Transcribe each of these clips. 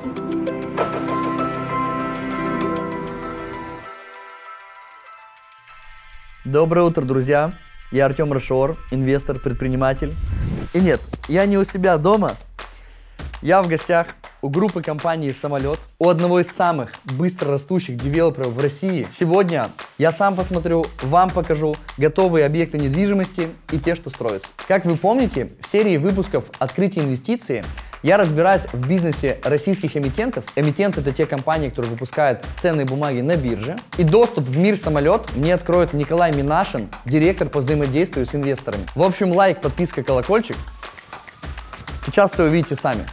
Доброе утро, друзья! Я Артем Рашор, инвестор, предприниматель. И нет, я не у себя дома. Я в гостях у группы компании «Самолет», у одного из самых быстро растущих девелоперов в России. Сегодня я сам посмотрю, вам покажу готовые объекты недвижимости и те, что строятся. Как вы помните, в серии выпусков «Открытие инвестиции» я разбираюсь в бизнесе российских эмитентов. Эмитенты — это те компании, которые выпускают ценные бумаги на бирже. И доступ в мир «Самолет» мне откроет Николай Минашин, директор по взаимодействию с инвесторами. В общем, лайк, подписка, колокольчик. Сейчас все увидите сами.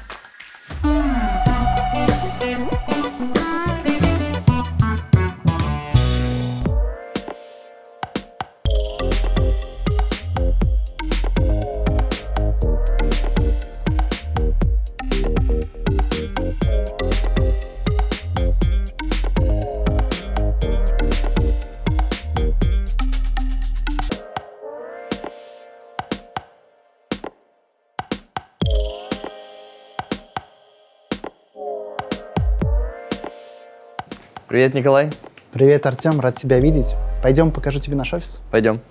Привет, Николай. Привет, Артем, рад тебя видеть. Пойдем, покажу тебе наш офис. Пойдем.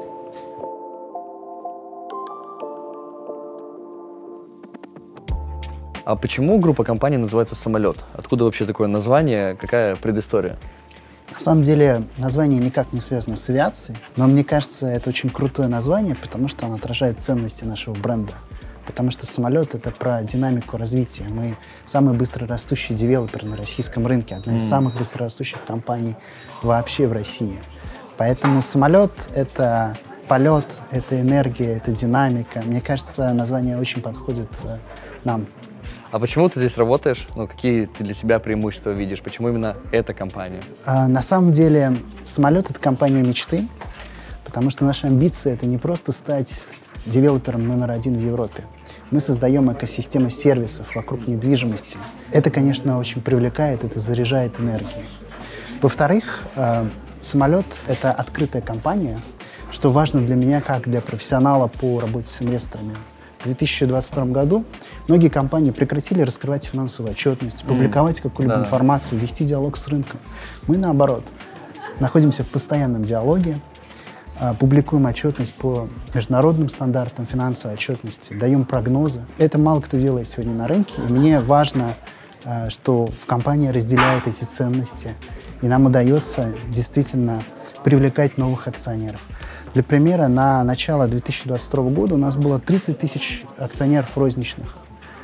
А почему группа компаний называется «Самолет»? Откуда вообще такое название? Какая предыстория? На самом деле, название никак не связано с авиацией, но мне кажется, это очень крутое название, потому что оно отражает ценности нашего бренда. Потому что «Самолет» — это про динамику развития. Мы самый быстрорастущий девелопер на российском рынке, одна из самых быстрорастущих компаний вообще в России. Поэтому «Самолет» — это полет, это энергия, это динамика. Мне кажется, название очень подходит нам. А почему ты здесь работаешь? Какие ты для себя преимущества видишь? Почему именно эта компания? На самом деле, «Самолет» — это компания мечты, потому что наша амбиция — это не просто стать девелопером номер один в Европе. Мы создаем экосистему сервисов вокруг недвижимости. Это, конечно, очень привлекает, это заряжает энергией. Во-вторых, «Самолет» — это открытая компания, что важно для меня как для профессионала по работе с инвесторами. В 2022 году многие компании прекратили раскрывать финансовую отчетность, публиковать какую-либо информацию, вести диалог с рынком. Мы, наоборот, находимся в постоянном диалоге, публикуем отчетность по международным стандартам финансовой отчетности, даем прогнозы. Это мало кто делает сегодня на рынке, и мне важно, что в компании разделяют эти ценности, и нам удается действительно привлекать новых акционеров. Для примера, на начало 2022 года у нас было 30 тысяч акционеров розничных.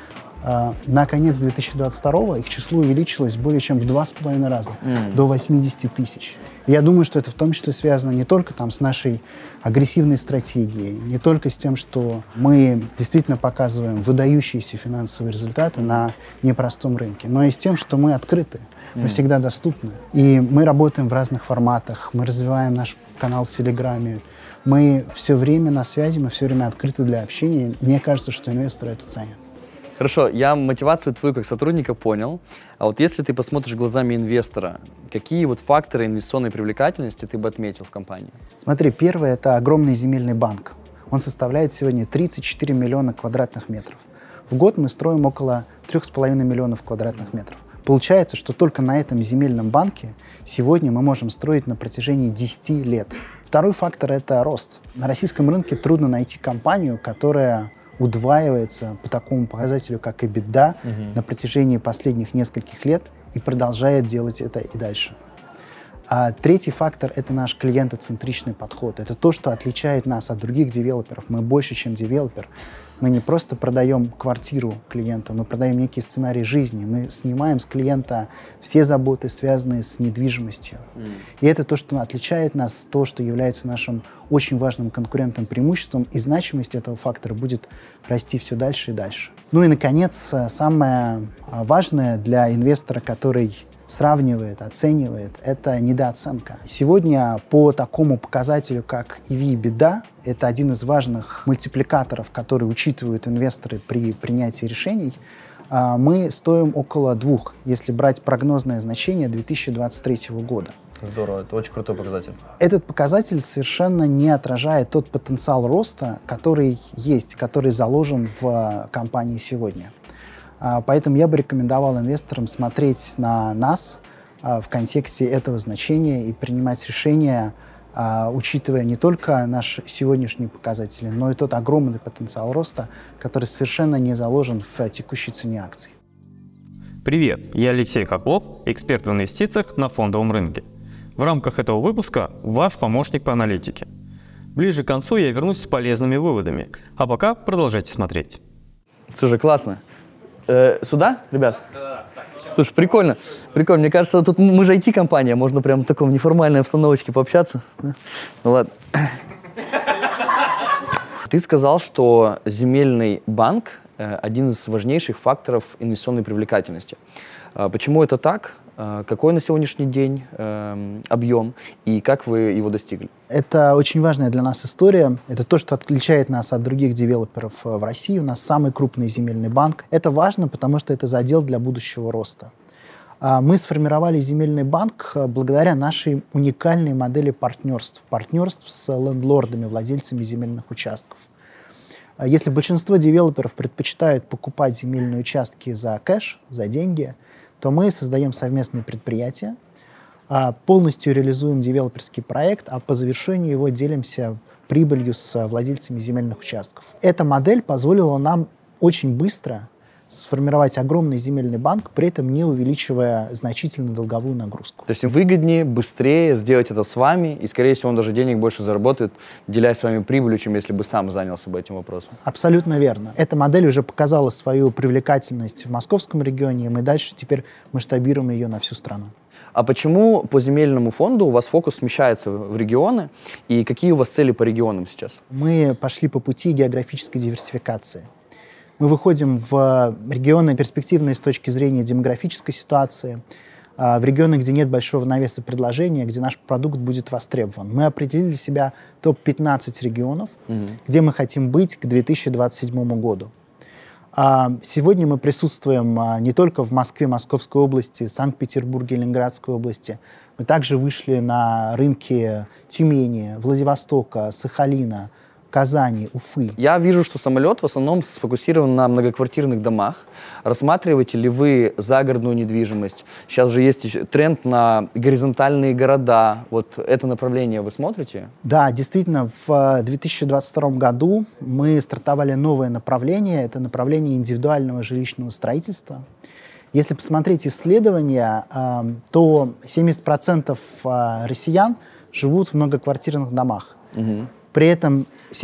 На конец 2022 их число увеличилось более чем в 2,5 раза, до 80 тысяч. И я думаю, что это в том числе связано не только с нашей агрессивной стратегией, не только с тем, что мы действительно показываем выдающиеся финансовые результаты на непростом рынке, но и с тем, что мы открыты, мы всегда доступны. И мы работаем в разных форматах, мы развиваем наш канал в Телеграме, мы все время на связи, мы все время открыты для общения. Мне кажется, что инвесторы это ценят. Хорошо, я мотивацию твою как сотрудника понял. А вот если ты посмотришь глазами инвестора, какие факторы инвестиционной привлекательности ты бы отметил в компании? Смотри, первое — это огромный земельный банк. Он составляет сегодня 34 миллиона квадратных метров. В год мы строим около 3,5 миллионов квадратных метров. Получается, что только на этом земельном банке сегодня мы можем строить на протяжении 10 лет. Второй фактор — это рост. На российском рынке трудно найти компанию, которая удваивается по такому показателю, как EBITDA, на протяжении последних нескольких лет и продолжает делать это и дальше. А третий фактор — это наш клиентоцентричный подход. Это то, что отличает нас от других девелоперов. Мы больше, чем девелопер. Мы не просто продаем квартиру клиенту, мы продаем некий сценарий жизни. Мы снимаем с клиента все заботы, связанные с недвижимостью. И это то, что отличает нас, то, что является нашим очень важным конкурентным преимуществом, и значимость этого фактора будет расти все дальше и дальше. Ну и, наконец, самое важное для инвестора, который сравнивает, оценивает, это недооценка. Сегодня по такому показателю, как EV/EBITDA, это один из важных мультипликаторов, которые учитывают инвесторы при принятии решений, мы стоим около 2, если брать прогнозное значение 2023 года. Здорово, это очень крутой показатель. Этот показатель совершенно не отражает тот потенциал роста, который есть, который заложен в компании сегодня. Поэтому я бы рекомендовал инвесторам смотреть на нас в контексте этого значения и принимать решения, учитывая не только наши сегодняшние показатели, но и тот огромный потенциал роста, который совершенно не заложен в текущей цене акций. Привет, я Алексей Хохлов, эксперт в инвестициях на фондовом рынке. В рамках этого выпуска ваш помощник по аналитике. Ближе к концу я вернусь с полезными выводами, а пока продолжайте смотреть. Слушай, классно. Сюда, ребят? Слушай, прикольно. Прикольно. Мне кажется, тут мы же IT-компания, можно прям в таком неформальной обстановочке пообщаться. Ну ладно. Ты сказал, что земельный банк один из важнейших факторов инвестиционной привлекательности. Почему это так? Какой на сегодняшний день объем и как вы его достигли? Это очень важная для нас история. Это то, что отличает нас от других девелоперов в России. У нас самый крупный земельный банк. Это важно, потому что это задел для будущего роста. Мы сформировали земельный банк благодаря нашей уникальной модели партнерств. Партнерств с лендлордами, владельцами земельных участков. Если большинство девелоперов предпочитают покупать земельные участки за кэш, за деньги, то мы создаем совместные предприятия, полностью реализуем девелоперский проект, а по завершению его делимся прибылью с владельцами земельных участков. Эта модель позволила нам очень быстро сформировать огромный земельный банк, при этом не увеличивая значительно долговую нагрузку. То есть выгоднее, быстрее сделать это с вами, и, скорее всего, он даже денег больше заработает, делясь с вами прибылью, чем если бы сам занялся бы этим вопросом. Абсолютно верно. Эта модель уже показала свою привлекательность в московском регионе, и мы дальше теперь масштабируем ее на всю страну. А почему по земельному фонду у вас фокус смещается в регионы, и какие у вас цели по регионам сейчас? Мы пошли по пути географической диверсификации. Мы выходим в регионы перспективные с точки зрения демографической ситуации, в регионы, где нет большого навеса предложения, где наш продукт будет востребован. Мы определили себя топ-15 регионов, где мы хотим быть к 2027 году. Сегодня мы присутствуем не только в Москве, Московской области, Санкт-Петербурге, Ленинградской области. Мы также вышли на рынки Тюмени, Владивостока, Сахалина, Казани, Уфы. Я вижу, что самолет в основном сфокусирован на многоквартирных домах. Рассматриваете ли вы загородную недвижимость? Сейчас же есть тренд на горизонтальные города. Вот это направление вы смотрите? Да, действительно, в 2022 году мы стартовали новое направление. Это направление индивидуального жилищного строительства. Если посмотреть исследования, то 70% россиян живут в многоквартирных домах. При этом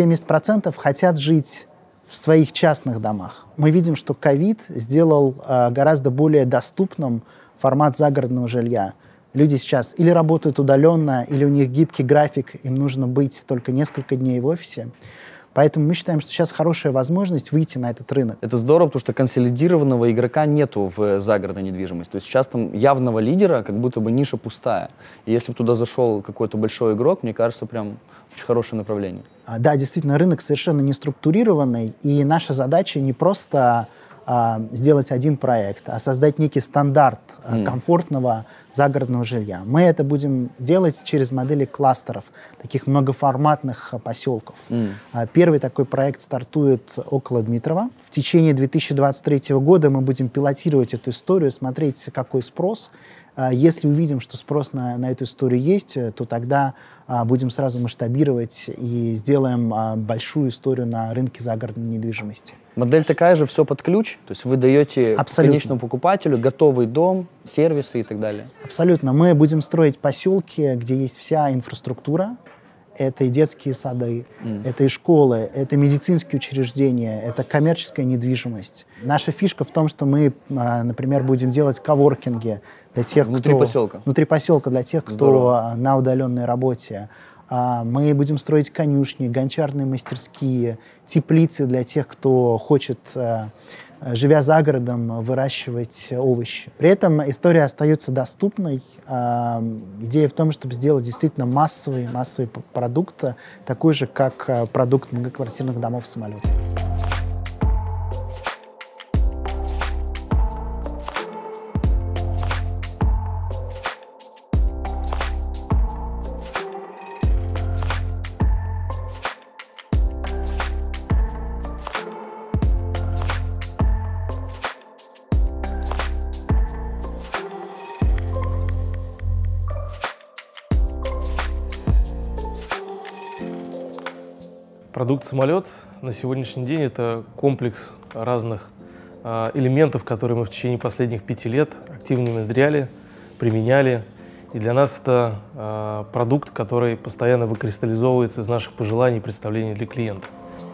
70% хотят жить в своих частных домах. Мы видим, что ковид сделал гораздо более доступным формат загородного жилья. Люди сейчас или работают удаленно, или у них гибкий график, им нужно быть только несколько дней в офисе. Поэтому мы считаем, что сейчас хорошая возможность выйти на этот рынок. Это здорово, потому что консолидированного игрока нету в загородной недвижимости. То есть сейчас там явного лидера, как будто бы ниша пустая. И если бы туда зашел какой-то большой игрок, мне кажется, прям очень хорошее направление. Да, действительно, рынок совершенно не структурированный, и наша задача не просто сделать один проект, а создать некий стандарт комфортного загородного жилья. Мы это будем делать через модели кластеров, таких многоформатных поселков. Первый такой проект стартует около Дмитрова. В течение 2023 года мы будем пилотировать эту историю, смотреть, какой спрос. Если увидим, что спрос на эту историю есть, то тогда будем сразу масштабировать и сделаем большую историю на рынке загородной недвижимости. Модель такая же, все под ключ? То есть вы даете конечному покупателю готовый дом, сервисы и так далее? Абсолютно. Мы будем строить поселки, где есть вся инфраструктура. Это и детские сады, это и школы, это медицинские учреждения, это коммерческая недвижимость. Наша фишка в том, что мы, например, будем делать коворкинги для тех, внутри поселка. Внутри поселка для тех, кто на удаленной работе. Мы будем строить конюшни, гончарные мастерские, теплицы для тех, кто хочет, живя за городом, выращивать овощи. При этом история остается доступной. Идея в том, чтобы сделать действительно массовый продукт, такой же, как продукт многоквартирных домов «Самолет». Продукт «Самолет» на сегодняшний день – это комплекс разных элементов, которые мы в течение последних 5 лет активно внедряли, применяли. И для нас это продукт, который постоянно выкристаллизовывается из наших пожеланий и представлений для клиента.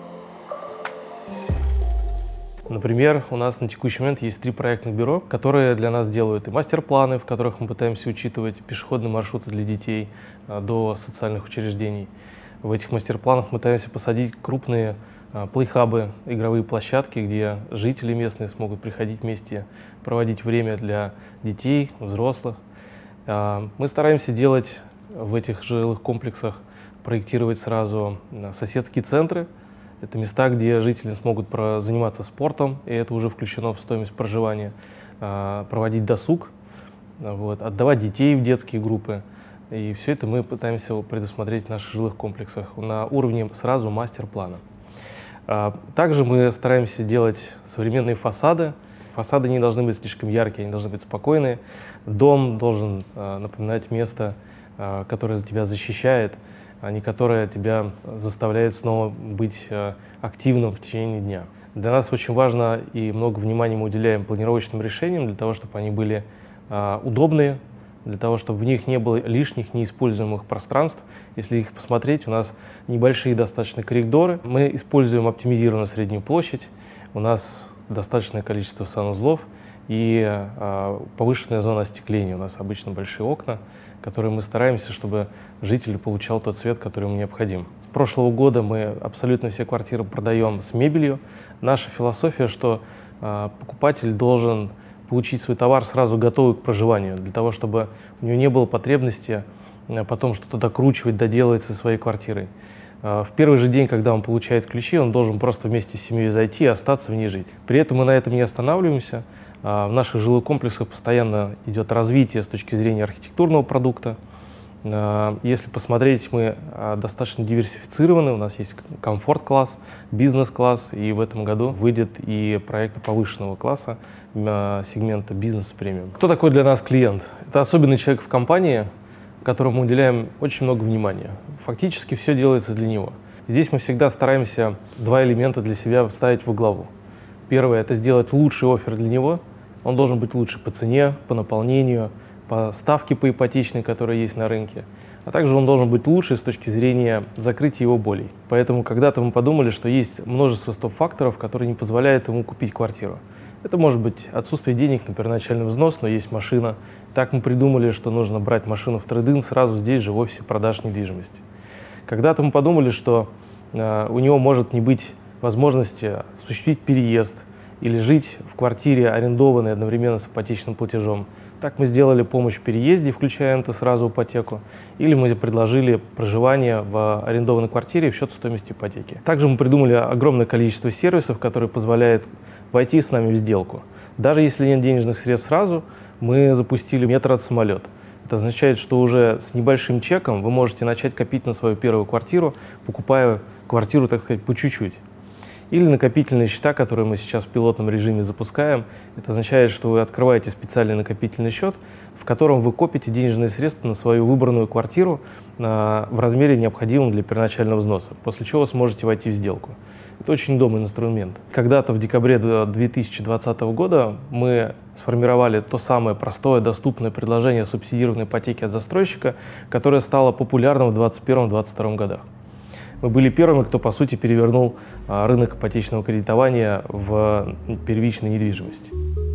Например, у нас на текущий момент есть 3 проектных бюро, которые для нас делают и мастер-планы, в которых мы пытаемся учитывать пешеходные маршруты для детей до социальных учреждений. В этих мастер-планах мы пытаемся посадить крупные плейхабы, игровые площадки, где жители местные смогут приходить вместе, проводить время для детей, взрослых. Мы стараемся делать в этих жилых комплексах, проектировать сразу соседские центры. Это места, где жители смогут заниматься спортом, и это уже включено в стоимость проживания, проводить досуг, отдавать детей в детские группы. И все это мы пытаемся предусмотреть в наших жилых комплексах на уровне сразу мастер-плана. Также мы стараемся делать современные фасады. Фасады не должны быть слишком яркие, они должны быть спокойные. Дом должен напоминать место, которое тебя защищает, а не которое тебя заставляет снова быть активным в течение дня. Для нас очень важно и много внимания мы уделяем планировочным решениям, для того, чтобы они были удобные, для того, чтобы в них не было лишних неиспользуемых пространств. Если их посмотреть, у нас небольшие достаточно коридоры. Мы используем оптимизированную среднюю площадь, у нас достаточное количество санузлов и повышенная зона остекления. У нас обычно большие окна, которые мы стараемся, чтобы житель получал тот свет, который ему необходим. С прошлого года мы абсолютно все квартиры продаем с мебелью. Наша философия, что покупатель должен получить свой товар сразу готовый к проживанию, для того, чтобы у него не было потребности потом что-то докручивать, доделать со своей квартирой. В первый же день, когда он получает ключи, он должен просто вместе с семьей зайти и остаться в ней жить. При этом мы на этом не останавливаемся. В наших жилых комплексах постоянно идет развитие с точки зрения архитектурного продукта. Если посмотреть, мы достаточно диверсифицированы. У нас есть комфорт-класс, бизнес-класс, и в этом году выйдет и проект повышенного класса сегмента бизнес-премиум. Кто такой для нас клиент? Это особенный человек в компании, которому мы уделяем очень много внимания. Фактически все делается для него. Здесь мы всегда стараемся 2 элемента для себя ставить во главу. Первое – это сделать лучший оффер для него. Он должен быть лучше по цене, по наполнению, по ставке по ипотечной, которая есть на рынке. А также он должен быть лучше с точки зрения закрытия его болей. Поэтому когда-то мы подумали, что есть множество стоп-факторов, которые не позволяют ему купить квартиру. Это может быть отсутствие денег на первоначальный взнос, но есть машина. Так мы придумали, что нужно брать машину в трейд-ин сразу здесь же в офисе продаж недвижимости. Когда-то мы подумали, что у него может не быть возможности осуществить переезд или жить в квартире, арендованной одновременно с ипотечным платежом. Так мы сделали помощь в переезде, включая это сразу в ипотеку, или мы предложили проживание в арендованной квартире в счет стоимости ипотеки. Также мы придумали огромное количество сервисов, которые позволяют войти с нами в сделку. Даже если нет денежных средств сразу, мы запустили метод «Самолет». Это означает, что уже с небольшим чеком вы можете начать копить на свою первую квартиру, покупая квартиру, так сказать, по чуть-чуть. Или накопительные счета, которые мы сейчас в пилотном режиме запускаем. Это означает, что вы открываете специальный накопительный счет, в котором вы копите денежные средства на свою выбранную квартиру в размере, необходимом для первоначального взноса, после чего сможете войти в сделку. Это очень удобный инструмент. Когда-то в декабре 2020 года мы сформировали то самое простое, доступное предложение субсидированной ипотеки от застройщика, которое стало популярным в 2021-2022 годах. Мы были первыми, кто, по сути, перевернул рынок ипотечного кредитования в первичной недвижимости.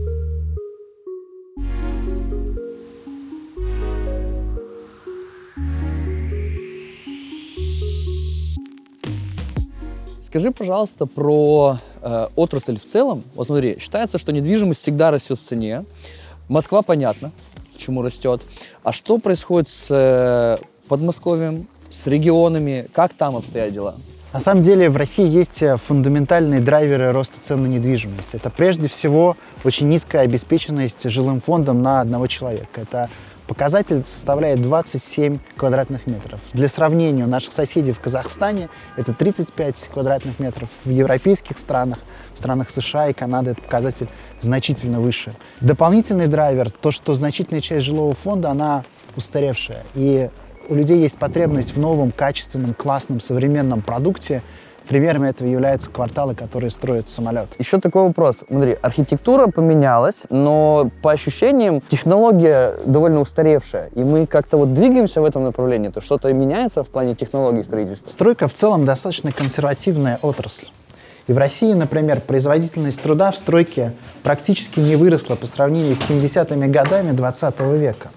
Скажи, пожалуйста, про отрасль в целом. Вот смотри, считается, что недвижимость всегда растет в цене. Москва, понятно, почему растет. А что происходит с Подмосковьем, с регионами? Как там обстоят дела? На самом деле в России есть фундаментальные драйверы роста цен на недвижимость. Это прежде всего очень низкая обеспеченность жилым фондом на одного человека. Это показатель составляет 27 квадратных метров. Для сравнения, у наших соседей в Казахстане это 35 квадратных метров. В европейских странах, в странах США и Канады этот показатель значительно выше. Дополнительный драйвер, то, что значительная часть жилого фонда, она устаревшая. И у людей есть потребность в новом, качественном, классном, современном продукте. Примерами этого являются кварталы, которые строят самолет. Еще такой вопрос. Смотри, архитектура поменялась, но по ощущениям технология довольно устаревшая. И мы как-то вот двигаемся в этом направлении. То что-то меняется в плане технологий строительства? Стройка в целом достаточно консервативная отрасль. И в России, например, производительность труда в стройке практически не выросла по сравнению с 70-ми годами 20 века.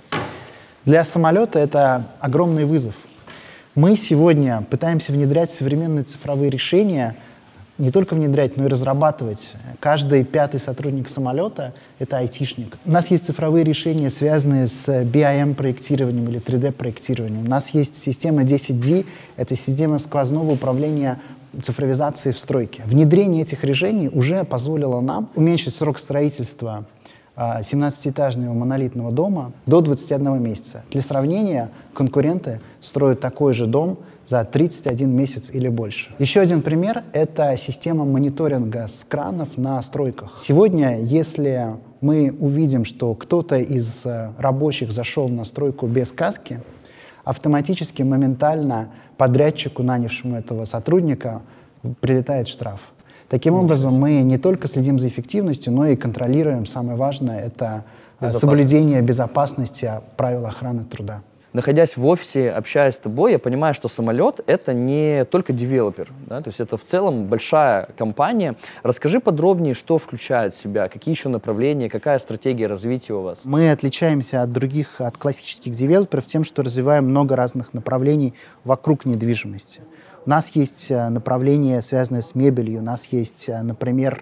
Для самолета это огромный вызов. Мы сегодня пытаемся внедрять современные цифровые решения, не только внедрять, но и разрабатывать. Каждый 5-й сотрудник самолета — это айтишник. У нас есть цифровые решения, связанные с BIM-проектированием или 3D-проектированием. У нас есть система 10D — это система сквозного управления цифровизации в стройке. Внедрение этих решений уже позволило нам уменьшить срок строительства 17-этажного монолитного дома до 21 месяца. Для сравнения, конкуренты строят такой же дом за 31 месяц или больше. Еще один пример — это система мониторинга с кранов на стройках. Сегодня, если мы увидим, что кто-то из рабочих зашел на стройку без каски, автоматически, моментально подрядчику, нанявшему этого сотрудника, прилетает штраф. Таким образом, мы не только следим за эффективностью, но и контролируем, самое важное, это соблюдение безопасности правил охраны труда. Находясь в офисе, общаясь с тобой, я понимаю, что самолет — это не только девелопер, да? То есть это в целом большая компания. Расскажи подробнее, что включает в себя, какие еще направления, какая стратегия развития у вас? Мы отличаемся от классических девелоперов тем, что развиваем много разных направлений вокруг недвижимости. У нас есть направления, связанные с мебелью, у нас есть, например,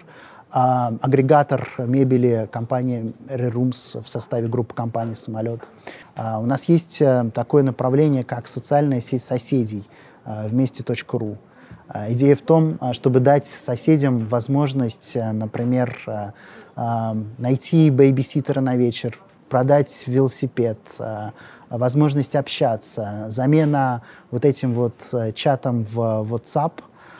агрегатор мебели компании ReRooms в составе группы компаний «Самолет». У нас есть такое направление, как социальная сеть соседей вместе.ру. Идея в том, чтобы дать соседям возможность, например, найти бэйбиситера на вечер, продать велосипед, возможность общаться, замена вот этим вот чатом в WhatsApp.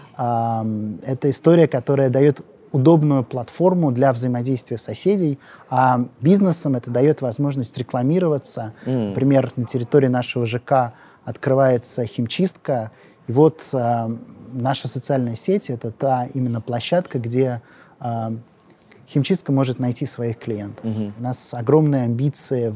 Это история, которая дает удобную платформу для взаимодействия соседей, а бизнесам это дает возможность рекламироваться. Например, на территории нашего ЖК открывается химчистка, и вот наша социальная сеть — это та именно площадка, где химчистка может найти своих клиентов. У нас огромные амбиции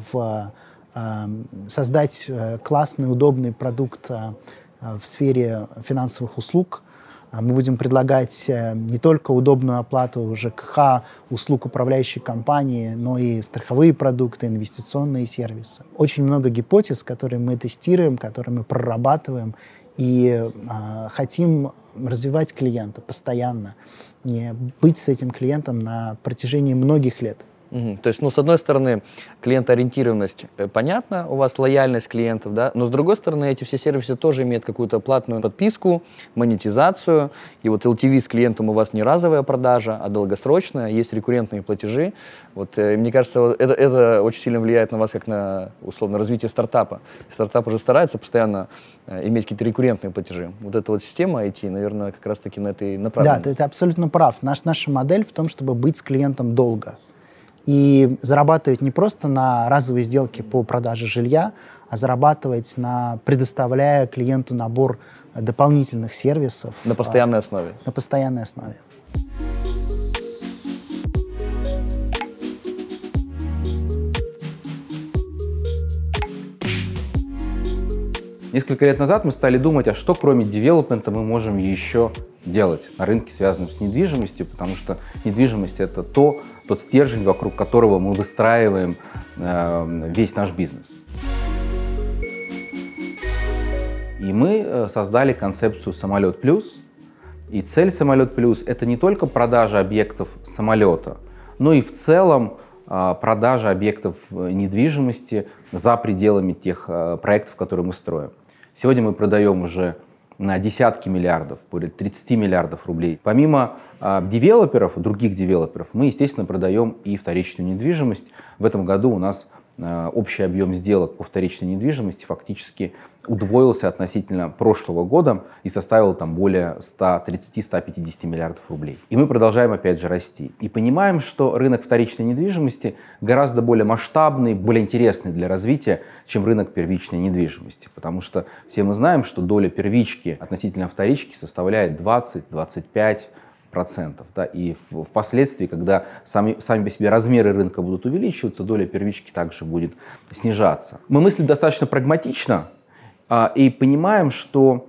создать классный, удобный продукт в сфере финансовых услуг. Мы будем предлагать не только удобную оплату ЖКХ, услуг управляющей компании, но и страховые продукты, инвестиционные сервисы. Очень много гипотез, которые мы тестируем, которые мы прорабатываем, и хотим развивать клиента постоянно, не быть с этим клиентом на протяжении многих лет. То есть, с одной стороны, клиентоориентированность понятна, у вас лояльность клиентов, да, но с другой стороны, эти все сервисы тоже имеют какую-то платную подписку, монетизацию, и вот LTV с клиентом у вас не разовая продажа, а долгосрочная, есть рекуррентные платежи. Вот, мне кажется, это очень сильно влияет на вас, как на, условно, развитие стартапа. Стартап уже старается постоянно иметь какие-то рекуррентные платежи. Вот эта вот система IT, наверное, как раз-таки на этой направлении. Да, ты абсолютно прав. Наша модель в том, чтобы быть с клиентом долго. И зарабатывать не просто на разовые сделки по продаже жилья, а зарабатывать предоставляя клиенту набор дополнительных сервисов. На постоянной основе. На постоянной основе. Несколько лет назад мы стали думать, а что кроме девелопмента мы можем еще делать на рынке, связанном с недвижимостью, потому что недвижимость — это тот стержень, вокруг которого мы выстраиваем весь наш бизнес. И мы создали концепцию «Самолет Плюс». И цель «Самолет Плюс» — это не только продажа объектов самолета, но и в целом продажа объектов недвижимости за пределами тех проектов, которые мы строим. Сегодня мы продаем уже на десятки миллиардов, более 30 миллиардов рублей. Помимо других девелоперов, мы, естественно, продаем и вторичную недвижимость. В этом году у нас общий объем сделок по вторичной недвижимости фактически удвоился относительно прошлого года и составил там более 130-150 миллиардов рублей. И мы продолжаем опять же расти. И понимаем, что рынок вторичной недвижимости гораздо более масштабный, более интересный для развития, чем рынок первичной недвижимости. Потому что все мы знаем, что доля первички относительно вторички составляет 20-25%. Да, и впоследствии, когда сами по себе размеры рынка будут увеличиваться, доля первички также будет снижаться. Мы мыслим достаточно прагматично и понимаем, что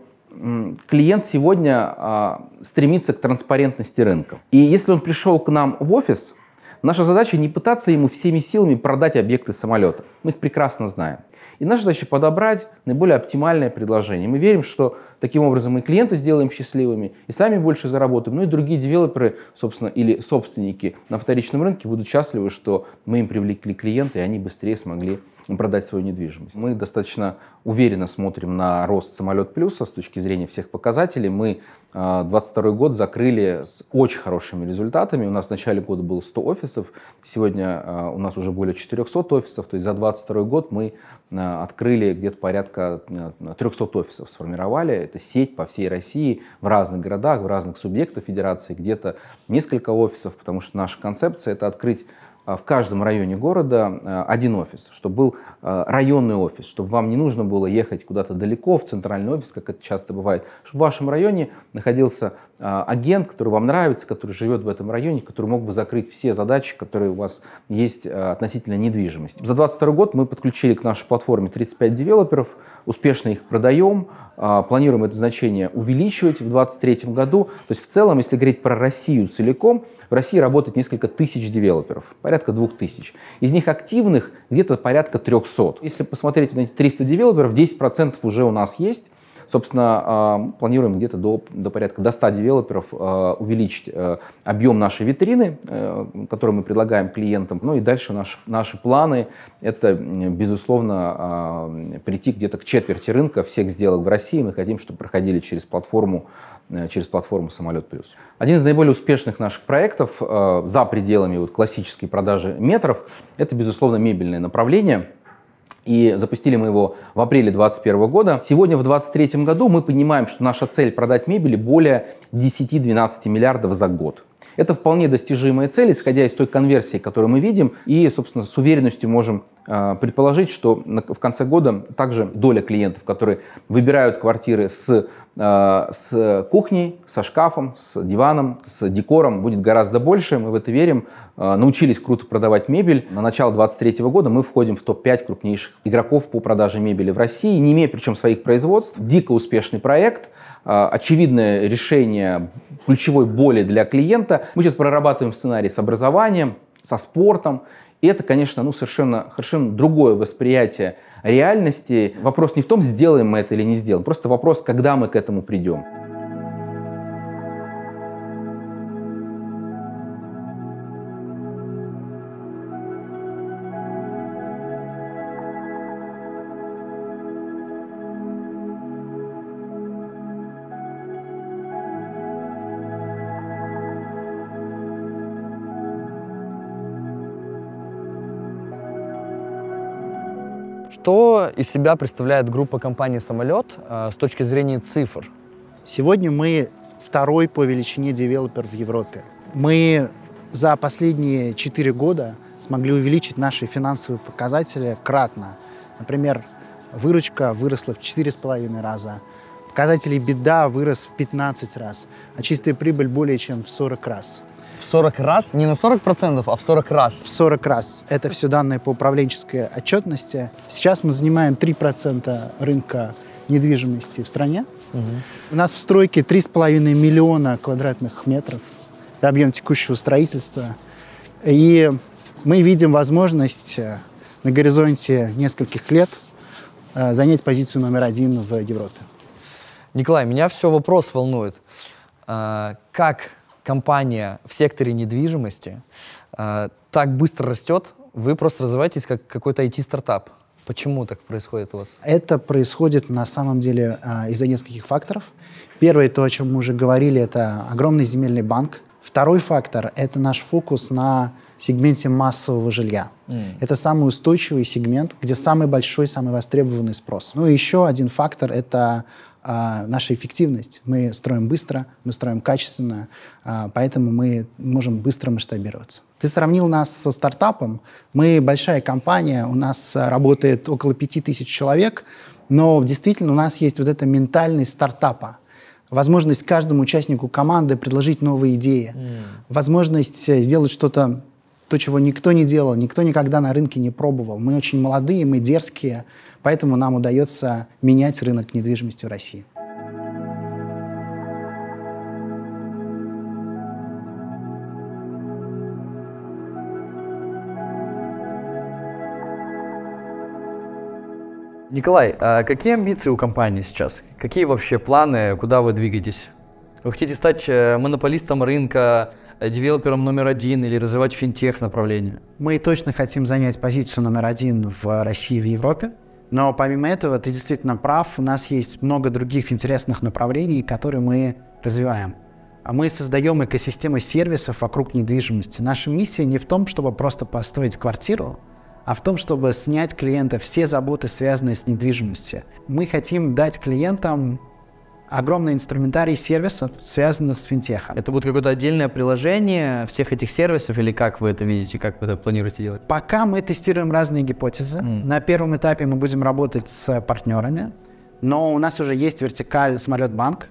клиент сегодня стремится к транспарентности рынка. И если он пришел к нам в офис, наша задача не пытаться ему всеми силами продать объекты самолета. Мы их прекрасно знаем. И наша задача подобрать наиболее оптимальное предложение. Мы верим, что таким образом мы клиента сделаем счастливыми, и сами больше заработаем, ну и другие девелоперы, собственно, или собственники на вторичном рынке будут счастливы, что мы им привлекли клиента, и они быстрее смогли продать свою недвижимость. Мы достаточно уверенно смотрим на рост «Самолет Плюса» с точки зрения всех показателей. Мы 2022 год закрыли с очень хорошими результатами. У нас в начале года было 100 офисов, сегодня у нас уже более 400 офисов. То есть за 2022 год мы открыли где-то порядка 300 офисов, сформировали. Это сеть по всей России, в разных городах, в разных субъектах федерации, где-то несколько офисов, потому что наша концепция — это открыть в каждом районе города один офис, чтобы был районный офис, чтобы вам не нужно было ехать куда-то далеко в центральный офис, как это часто бывает, чтобы в вашем районе находился агент, который вам нравится, который живет в этом районе, который мог бы закрыть все задачи, которые у вас есть относительно недвижимости. За 2022 год мы подключили к нашей платформе 35 девелоперов, успешно их продаем, планируем это значение увеличивать в 2023 году. То есть в целом, если говорить про Россию целиком, в России работает несколько тысяч девелоперов, порядка 2000. Из них активных где-то порядка 300. Если посмотреть на эти 300 девелоперов, 10% уже у нас есть. Собственно, планируем где-то до порядка до 100 девелоперов увеличить объем нашей витрины, которую мы предлагаем клиентам. Ну и дальше наши планы — это, безусловно, прийти где-то к четверти рынка всех сделок в России. Мы хотим, чтобы проходили через платформу «Самолет Плюс». Один из наиболее успешных наших проектов за пределами классической продажи метров — это, безусловно, мебельное направление. И запустили мы его в апреле 2021 года. Сегодня, в 2023 году, мы понимаем, что наша цель — продать мебели более 10-12 миллиардов за год. Это вполне достижимая цель, исходя из той конверсии, которую мы видим. И, собственно, с уверенностью можем предположить, что в конце года также доля клиентов, которые выбирают квартиры с кухней, со шкафом, с диваном, с декором, будет гораздо больше. Мы в это верим. Научились круто продавать мебель. На начало 2023 года мы входим в топ-5 крупнейших игроков по продаже мебели в России, не имея причем своих производств. Дико успешный проект, очевидное решение ключевой боли для клиента. Мы сейчас прорабатываем сценарий с образованием, со спортом. И это, конечно, совершенно другое восприятие реальности. Вопрос не в том, сделаем мы это или не сделаем. Просто вопрос, когда мы к этому придем. Что из себя представляет группа компании «Самолет» с точки зрения цифр? Сегодня мы второй по величине девелопер в Европе. Мы за последние 4 года смогли увеличить наши финансовые показатели кратно. Например, выручка выросла в 4,5 раза, показатель EBITDA вырос в 15 раз, а чистая прибыль более чем в 40 раз. В 40 раз? Не на 40%, а в 40 раз? В 40 раз. Это все данные по управленческой отчетности. Сейчас мы занимаем 3% рынка недвижимости в стране. У нас в стройке 3,5 миллиона квадратных метров. Это объем текущего строительства. И мы видим возможность на горизонте нескольких лет занять позицию номер 1 в Европе. Николай, меня все вопрос волнует. Как компания в секторе недвижимости так быстро растет, вы просто развиваетесь как какой-то IT-стартап. Почему так происходит у вас? Это происходит на самом деле из-за нескольких факторов. Первое, то, о чем мы уже говорили, это огромный земельный банк, Второй фактор – это наш фокус на сегменте массового жилья. Это самый устойчивый сегмент, где самый большой, самый востребованный спрос. Ну и еще один фактор – это наша эффективность. Мы строим быстро, мы строим качественно, поэтому мы можем быстро масштабироваться. Ты сравнил нас со стартапом. Мы большая компания, у нас работает около 5000 человек, но действительно у нас есть вот эта ментальность стартапа. Возможность каждому участнику команды предложить новые идеи, возможность сделать что-то, то, чего никто не делал, никто никогда на рынке не пробовал. Мы очень молодые, мы дерзкие, поэтому нам удается менять рынок недвижимости в России. Николай, а какие амбиции у компании сейчас? Какие вообще планы, куда вы двигаетесь? Вы хотите стать монополистом рынка, девелопером номер один или развивать финтех направление? Мы точно хотим занять позицию номер один в России и в Европе. Но помимо этого, ты действительно прав, у нас есть много других интересных направлений, которые мы развиваем. Мы создаем экосистему сервисов вокруг недвижимости. Наша миссия не в том, чтобы просто построить квартиру, а в том, чтобы снять клиента все заботы, связанные с недвижимостью. Мы хотим дать клиентам огромный инструментарий сервисов, связанных с финтехом. Это будет какое-то отдельное приложение всех этих сервисов, или как вы это видите, как вы это планируете делать? Пока мы тестируем разные гипотезы. На первом этапе мы будем работать с партнерами, но у нас уже есть вертикаль «Самолет-банк».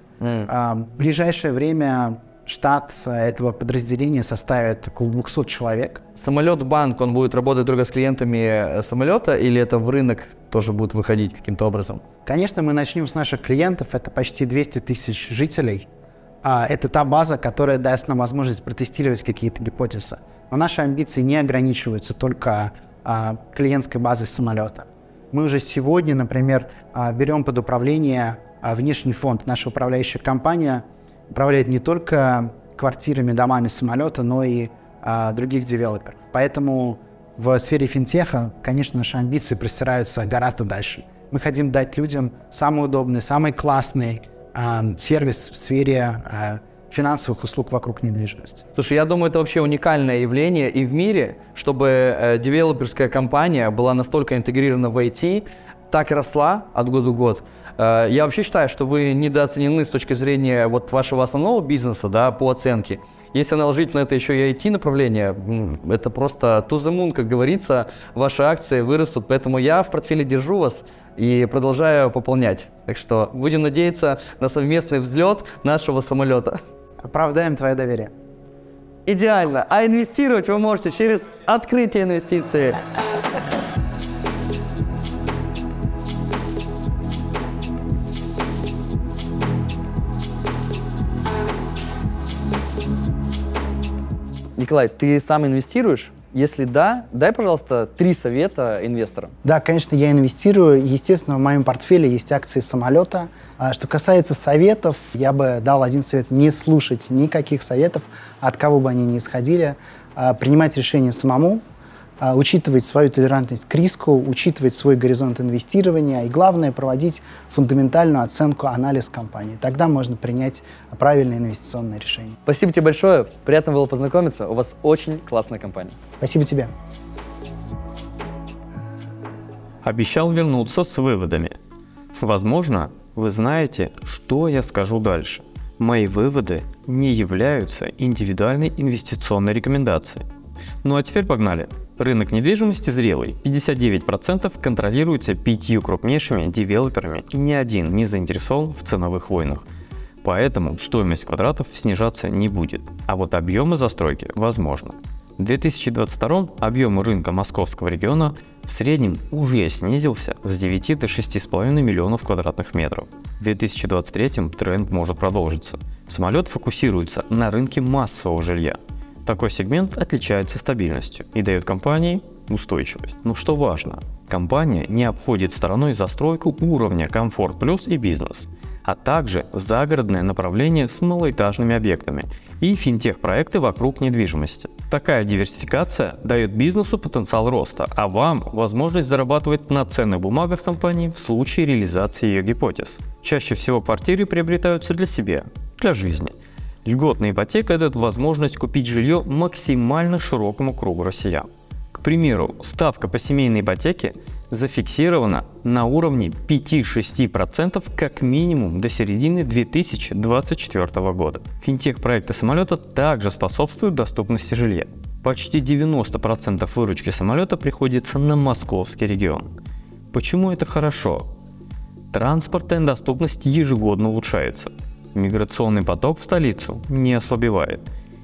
В ближайшее время штат этого подразделения составит около 200 человек. Самолет-банк, он будет работать только с клиентами самолета, или это в рынок тоже будет выходить каким-то образом? Конечно, мы начнем с наших клиентов, это почти 200 тысяч жителей. Это та база, которая даст нам возможность протестировать какие-то гипотезы. Но наши амбиции не ограничиваются только клиентской базой самолета. Мы уже сегодня, например, берем под управление внешний фонд. Наша управляющая компания управляет не только квартирами, домами самолета, но и других девелоперов. Поэтому в сфере финтеха, конечно, наши амбиции простираются гораздо дальше. Мы хотим дать людям самый удобный, самый классный сервис в сфере финансовых услуг вокруг недвижимости. Слушай, я думаю, это вообще уникальное явление и в мире, чтобы девелоперская компания была настолько интегрирована в IT, так и росла от года в год. Я вообще считаю, что вы недооценены с точки зрения вот вашего основного бизнеса, да, по оценке. Если наложить на это еще и IT-направление, это просто to the moon, как говорится, ваши акции вырастут. Поэтому я в портфеле держу вас и продолжаю пополнять. Так что будем надеяться на совместный взлет нашего самолета. Оправдаем твое доверие. Идеально. А инвестировать вы можете через открытие инвестиций. Николай, ты сам инвестируешь? Если да, дай, пожалуйста, 3 совета инвесторам. Да, конечно, я инвестирую. Естественно, в моем портфеле есть акции самолета. Что касается советов, я бы дал один совет: не слушать никаких советов, от кого бы они ни исходили, принимать решения самому, учитывать свою толерантность к риску, учитывать свой горизонт инвестирования и, главное, проводить фундаментальную оценку, анализ компании. Тогда можно принять правильное инвестиционное решение. Спасибо тебе большое. Приятно было познакомиться. У вас очень классная компания. Спасибо тебе. Обещал вернуться с выводами. Возможно, вы знаете, что я скажу дальше. Мои выводы не являются индивидуальной инвестиционной рекомендацией. Ну а теперь погнали. Рынок недвижимости зрелый. 59% контролируется 5 крупнейшими девелоперами, и ни один не заинтересован в ценовых войнах. Поэтому стоимость квадратов снижаться не будет, а вот объемы застройки возможно. В 2022 объем рынка московского региона в среднем уже снизился с 9 до 6,5 миллионов квадратных метров. В 2023 тренд может продолжиться. Самолет фокусируется на рынке массового жилья. Такой сегмент отличается стабильностью и дает компании устойчивость. Но что важно, компания не обходит стороной застройку уровня комфорт плюс и бизнес, а также загородное направление с малоэтажными объектами и финтех-проекты вокруг недвижимости. Такая диверсификация дает бизнесу потенциал роста, а вам возможность зарабатывать на ценных бумагах компании в случае реализации ее гипотез. Чаще всего квартиры приобретаются для себя, для жизни. Льготная ипотека дает возможность купить жилье максимально широкому кругу россиян. К примеру, ставка по семейной ипотеке зафиксирована на уровне 5-6% как минимум до середины 2024 года. Финтех-проекты самолета также способствуют доступности жилья. Почти 90% выручки самолета приходится на московский регион. Почему это хорошо? Транспортная доступность ежегодно улучшается. Миграционный поток в столицу не ослабевает.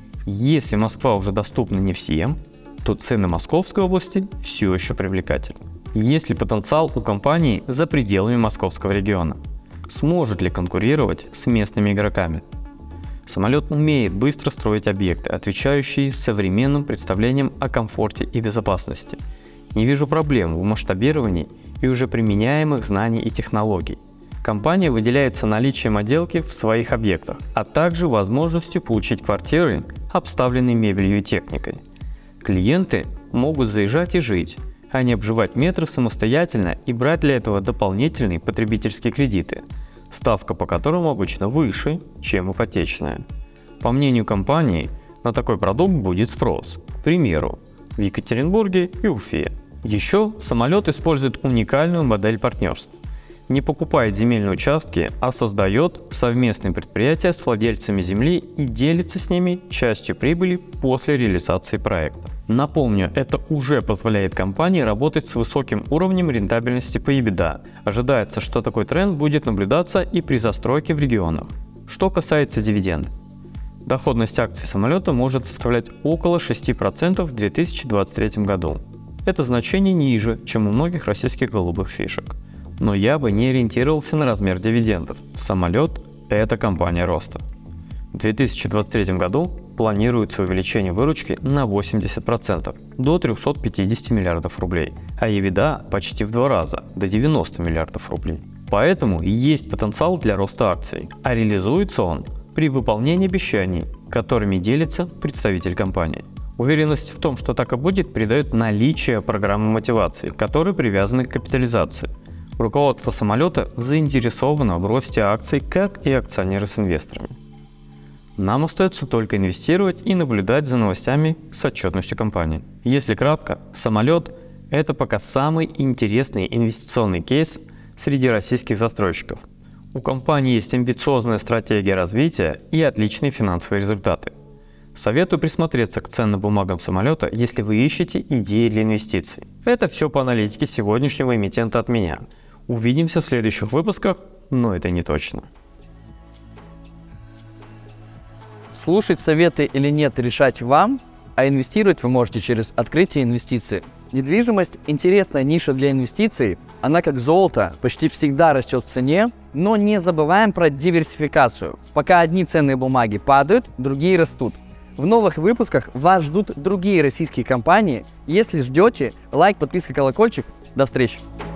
Если Москва уже доступна не всем, то цены Московской области все еще привлекательны. Есть ли потенциал у компании за пределами московского региона? Сможет ли конкурировать с местными игроками? Самолет умеет быстро строить объекты, отвечающие современным представлениям о комфорте и безопасности. Не вижу проблем в масштабировании и уже применяемых знаний и технологий. Компания выделяется наличием отделки в своих объектах, а также возможностью получить квартиры, обставленные мебелью и техникой. Клиенты могут заезжать и жить, а не обживать метры самостоятельно и брать для этого дополнительные потребительские кредиты, ставка по которым обычно выше, чем ипотечная. По мнению компании, на такой продукт будет спрос, к примеру, в Екатеринбурге и Уфе. Еще самолет использует уникальную модель партнерств. Не покупает земельные участки, а создает совместные предприятия с владельцами земли и делится с ними частью прибыли после реализации проекта. Напомню, это уже позволяет компании работать с высоким уровнем рентабельности по EBITDA. Ожидается, что такой тренд будет наблюдаться и при застройке в регионах. Что касается дивидендов. Доходность акций самолета может составлять около 6% в 2023 году. Это значение ниже, чем у многих российских голубых фишек. Но я бы не ориентировался на размер дивидендов. Самолет – это компания роста. В 2023 году планируется увеличение выручки на 80% до 350 миллиардов рублей, а EBITDA почти в 2 раза – до 90 миллиардов рублей. Поэтому есть потенциал для роста акций, а реализуется он при выполнении обещаний, которыми делится представитель компании. Уверенность в том, что так и будет, придает наличие программы мотивации, которые привязаны к капитализации. Руководство самолета заинтересовано в росте акций, как и акционеры с инвесторами. Нам остается только инвестировать и наблюдать за новостями с отчетностью компании. Если кратко, самолет – это пока самый интересный инвестиционный кейс среди российских застройщиков. У компании есть амбициозная стратегия развития и отличные финансовые результаты. Советую присмотреться к ценным бумагам самолета, если вы ищете идеи для инвестиций. Это все по аналитике сегодняшнего эмитента от меня. Увидимся в следующих выпусках, но это не точно. Слушать советы или нет, решать вам, а инвестировать вы можете через открытие инвестиций. Недвижимость – интересная ниша для инвестиций, она как золото почти всегда растет в цене, но не забываем про диверсификацию. Пока одни ценные бумаги падают, другие растут. В новых выпусках вас ждут другие российские компании. Если ждете, лайк, подписка, колокольчик. До встречи!